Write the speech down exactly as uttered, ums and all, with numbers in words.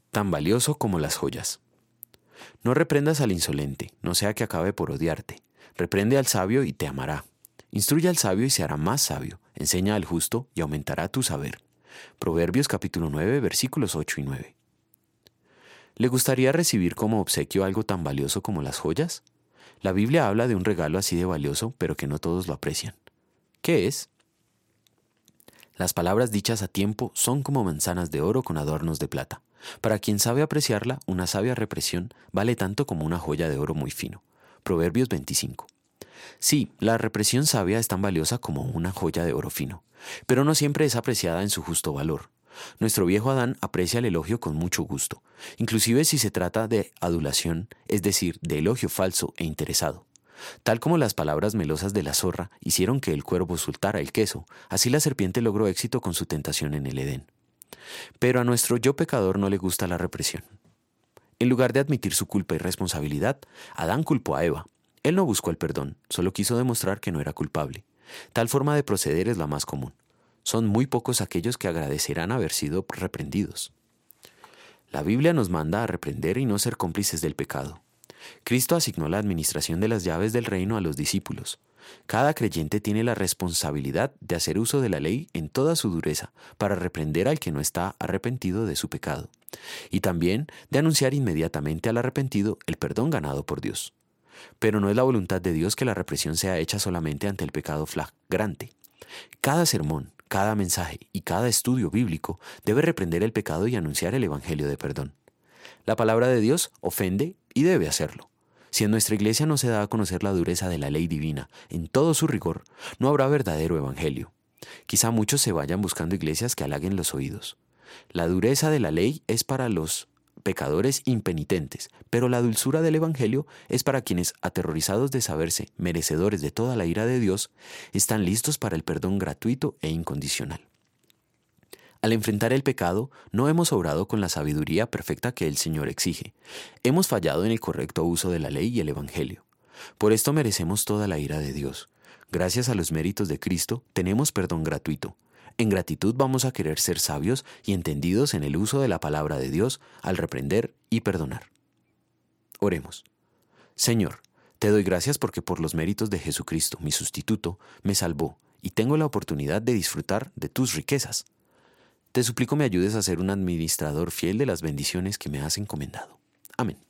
tan valioso como las joyas. No reprendas al insolente, no sea que acabe por odiarte. Reprende al sabio y te amará. Instruye al sabio y se hará más sabio. Enseña al justo y aumentará tu saber. Proverbios capítulo nueve, versículos ocho y nueve. ¿Le gustaría recibir como obsequio algo tan valioso como las joyas? La Biblia habla de un regalo así de valioso, pero que no todos lo aprecian. ¿Qué es? Las palabras dichas a tiempo son como manzanas de oro con adornos de plata. Para quien sabe apreciarla, una sabia represión vale tanto como una joya de oro muy fino. Proverbios veinticinco. Sí, la represión sabia es tan valiosa como una joya de oro fino, pero no siempre es apreciada en su justo valor. Nuestro viejo Adán aprecia el elogio con mucho gusto, inclusive si se trata de adulación, es decir, de elogio falso e interesado. Tal como las palabras melosas de la zorra hicieron que el cuervo soltara el queso, así la serpiente logró éxito con su tentación en el Edén. Pero a nuestro yo pecador no le gusta la represión. En lugar de admitir su culpa y responsabilidad, Adán culpó a Eva. Él no buscó el perdón, solo quiso demostrar que no era culpable. Tal forma de proceder es la más común. Son muy pocos aquellos que agradecerán haber sido reprendidos. La Biblia nos manda a reprender y no ser cómplices del pecado. Cristo asignó la administración de las llaves del reino a los discípulos. Cada creyente tiene la responsabilidad de hacer uso de la ley en toda su dureza para reprender al que no está arrepentido de su pecado, y también de anunciar inmediatamente al arrepentido el perdón ganado por Dios. Pero no es la voluntad de Dios que la represión sea hecha solamente ante el pecado flagrante. Cada sermón, cada mensaje y cada estudio bíblico debe reprender el pecado y anunciar el evangelio de perdón. La palabra de Dios ofende y debe hacerlo. Si en nuestra iglesia no se da a conocer la dureza de la ley divina en todo su rigor, no habrá verdadero evangelio. Quizá muchos se vayan buscando iglesias que halaguen los oídos. La dureza de la ley es para los pecadores impenitentes, pero la dulzura del evangelio es para quienes, aterrorizados de saberse merecedores de toda la ira de Dios, están listos para el perdón gratuito e incondicional. Al enfrentar el pecado, no hemos obrado con la sabiduría perfecta que el Señor exige. Hemos fallado en el correcto uso de la ley y el Evangelio. Por esto merecemos toda la ira de Dios. Gracias a los méritos de Cristo, tenemos perdón gratuito. En gratitud vamos a querer ser sabios y entendidos en el uso de la palabra de Dios al reprender y perdonar. Oremos. Señor, te doy gracias porque por los méritos de Jesucristo, mi sustituto, me salvó y tengo la oportunidad de disfrutar de tus riquezas. Te suplico me ayudes a ser un administrador fiel de las bendiciones que me has encomendado. Amén.